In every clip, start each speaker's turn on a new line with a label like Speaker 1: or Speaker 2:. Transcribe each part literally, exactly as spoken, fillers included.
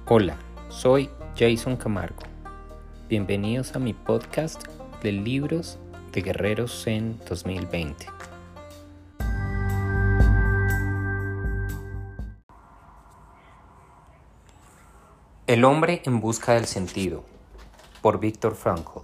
Speaker 1: Hola, soy Jason Camargo. Bienvenidos a mi podcast de libros de Guerreros Zen dos mil veinte. El hombre en busca del sentido, por Viktor Frankl.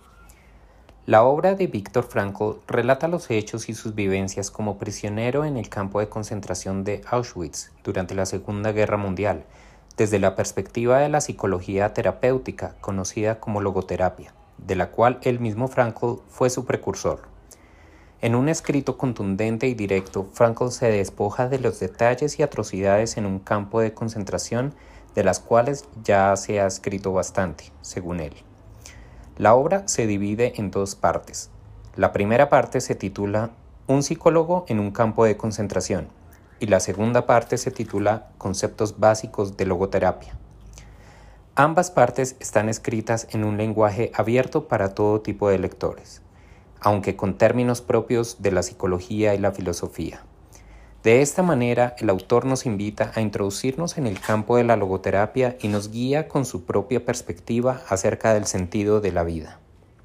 Speaker 1: La obra de Viktor Frankl relata los hechos y sus vivencias como prisionero en el campo de concentración de Auschwitz durante la Segunda Guerra Mundial, desde la perspectiva de la psicología terapéutica conocida como logoterapia, de la cual el mismo Frankl fue su precursor. En un escrito contundente y directo, Frankl se despoja de los detalles y atrocidades en un campo de concentración de las cuales ya se ha escrito bastante, según él. La obra se divide en dos partes. La primera parte se titula Un psicólogo en un campo de concentración y la segunda parte se titula Conceptos básicos de logoterapia. Ambas partes están escritas en un lenguaje abierto para todo tipo de lectores, aunque con términos propios de la psicología y la filosofía. De esta manera, el autor nos invita a introducirnos en el campo de la logoterapia y nos guía con su propia perspectiva acerca del sentido de la vida.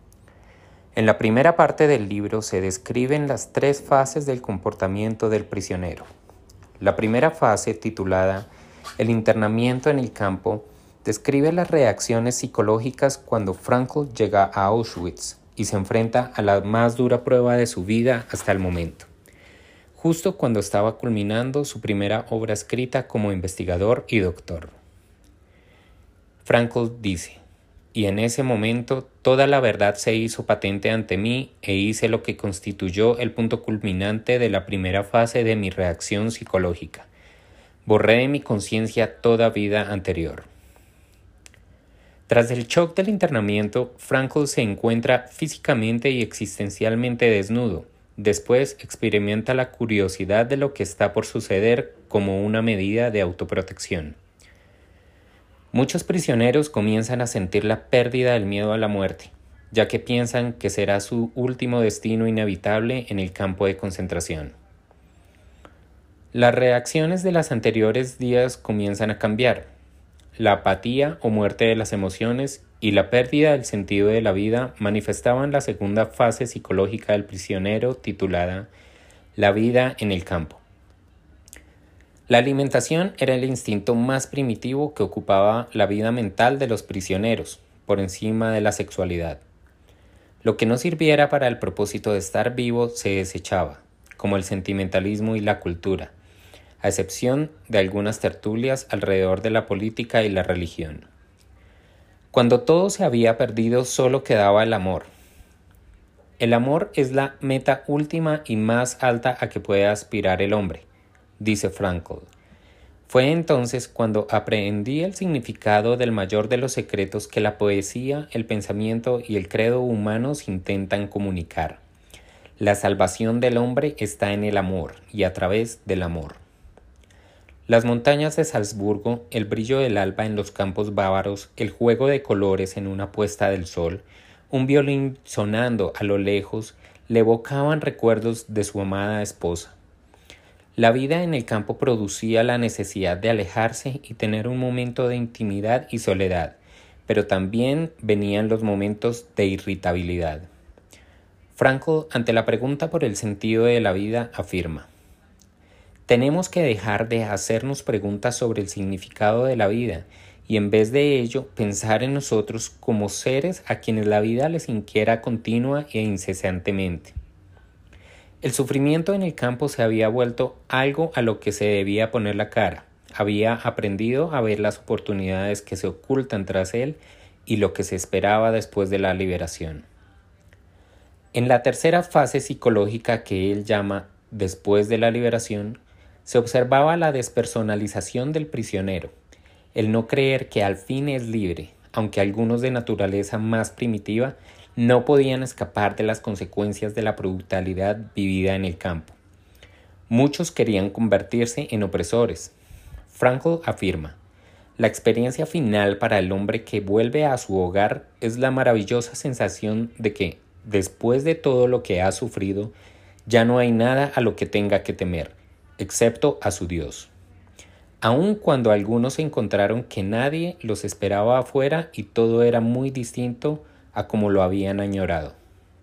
Speaker 1: En la primera parte del libro se describen las tres fases del comportamiento del prisionero. La primera fase, titulada El internamiento en el campo, describe las reacciones psicológicas cuando Frankl llega a Auschwitz y se enfrenta a la más dura prueba de su vida hasta el momento, justo cuando estaba culminando su primera obra escrita como investigador y doctor. Frankl dice, y en ese momento toda la verdad se hizo patente ante mí e hice lo que constituyó el punto culminante de la primera fase de mi reacción psicológica. Borré de mi conciencia toda vida anterior. Tras el shock del internamiento, Frankl se encuentra físicamente y existencialmente desnudo. Después experimenta la curiosidad de lo que está por suceder como una medida de autoprotección. Muchos prisioneros comienzan a sentir la pérdida del miedo a la muerte, ya que piensan que será su último destino inevitable en el campo de concentración. Las reacciones de los anteriores días comienzan a cambiar. La apatía o muerte de las emociones y la pérdida del sentido de la vida manifestaban la segunda fase psicológica del prisionero titulada La vida en el campo. La alimentación era el instinto más primitivo que ocupaba la vida mental de los prisioneros, por encima de la sexualidad. Lo que no sirviera para el propósito de estar vivo se desechaba, como el sentimentalismo y la cultura, a excepción de algunas tertulias alrededor de la política y la religión. Cuando todo se había perdido, solo quedaba el amor. El amor es la meta última y más alta a que puede aspirar el hombre, dice Frankl. Fue entonces cuando aprendí el significado del mayor de los secretos que la poesía, el pensamiento y el credo humanos intentan comunicar. La salvación del hombre está en el amor y a través del amor. Las montañas de Salzburgo, el brillo del alba en los campos bávaros, el juego de colores en una puesta del sol, un violín sonando a lo lejos, le evocaban recuerdos de su amada esposa. La vida en el campo producía la necesidad de alejarse y tener un momento de intimidad y soledad, pero también venían los momentos de irritabilidad. Frankl, ante la pregunta por el sentido de la vida, afirma: tenemos que dejar de hacernos preguntas sobre el significado de la vida y en vez de ello pensar en nosotros como seres a quienes la vida les inquiera continua e incesantemente. El sufrimiento en el campo se había vuelto algo a lo que se debía poner la cara. Había aprendido a ver las oportunidades que se ocultan tras él y lo que se esperaba después de la liberación. En la tercera fase psicológica que él llama después de la liberación, se observaba la despersonalización del prisionero, el no creer que al fin es libre, aunque algunos de naturaleza más primitiva no podían escapar de las consecuencias de la brutalidad vivida en el campo. Muchos querían convertirse en opresores. Frankl afirma: la experiencia final para el hombre que vuelve a su hogar es la maravillosa sensación de que, después de todo lo que ha sufrido, ya no hay nada a lo que tenga que temer, excepto a su Dios. aun cuando algunos encontraron que nadie los esperaba afuera y todo era muy distinto a como lo habían añorado.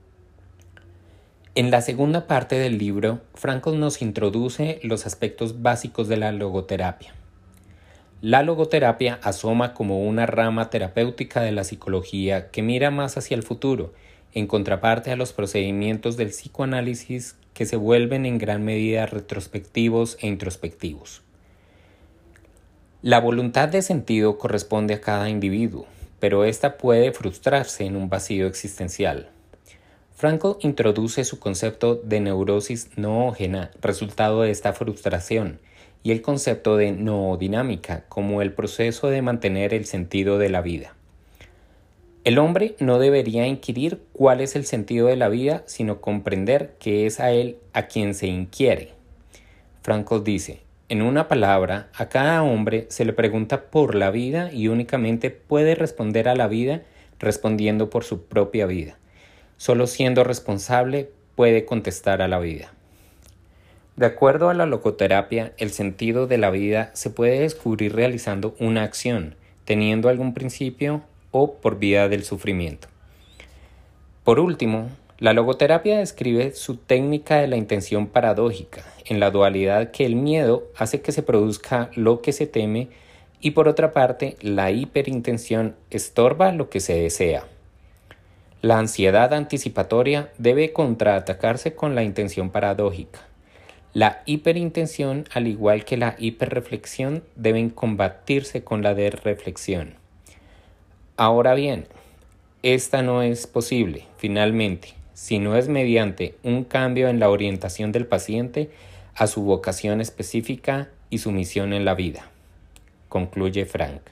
Speaker 1: En la segunda parte del libro, Frankl nos introduce los aspectos básicos de la logoterapia. La logoterapia asoma como una rama terapéutica de la psicología que mira más hacia el futuro, en contraparte a los procedimientos del psicoanálisis que se vuelven en gran medida retrospectivos e introspectivos. La voluntad de sentido corresponde a cada individuo, pero ésta puede frustrarse en un vacío existencial. Frankl introduce su concepto de neurosis noógena, resultado de esta frustración, y el concepto de noodinámica como el proceso de mantener el sentido de la vida. El hombre no debería inquirir cuál es el sentido de la vida, sino comprender que es a él a quien se inquiere. Frankl dice, en una palabra, a cada hombre se le pregunta por la vida y únicamente puede responder a la vida respondiendo por su propia vida. Solo siendo responsable puede contestar a la vida. De acuerdo a la logoterapia, el sentido de la vida se puede descubrir realizando una acción, teniendo algún principio o por vía del sufrimiento. Por último, la logoterapia describe su técnica de la intención paradójica, en la dualidad que el miedo hace que se produzca lo que se teme y por otra parte, la hiperintención estorba lo que se desea. La ansiedad anticipatoria debe contraatacarse con la intención paradójica. La hiperintención, al igual que la hiperreflexión, deben combatirse con la de reflexión. Ahora bien, esta no es posible, finalmente, si no es mediante un cambio en la orientación del paciente a su vocación específica y su misión en la vida, concluye Frank.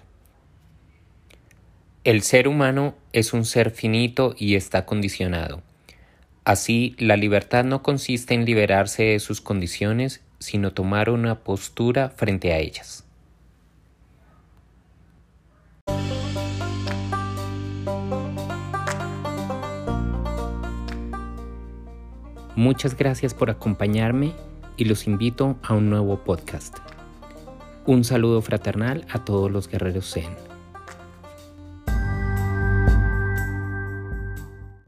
Speaker 1: El ser humano es un ser finito y está condicionado. Así, la libertad no consiste en liberarse de sus condiciones, sino tomar una postura frente a ellas. Muchas gracias por acompañarme y los invito a un nuevo podcast. Un saludo fraternal a todos los guerreros Zen.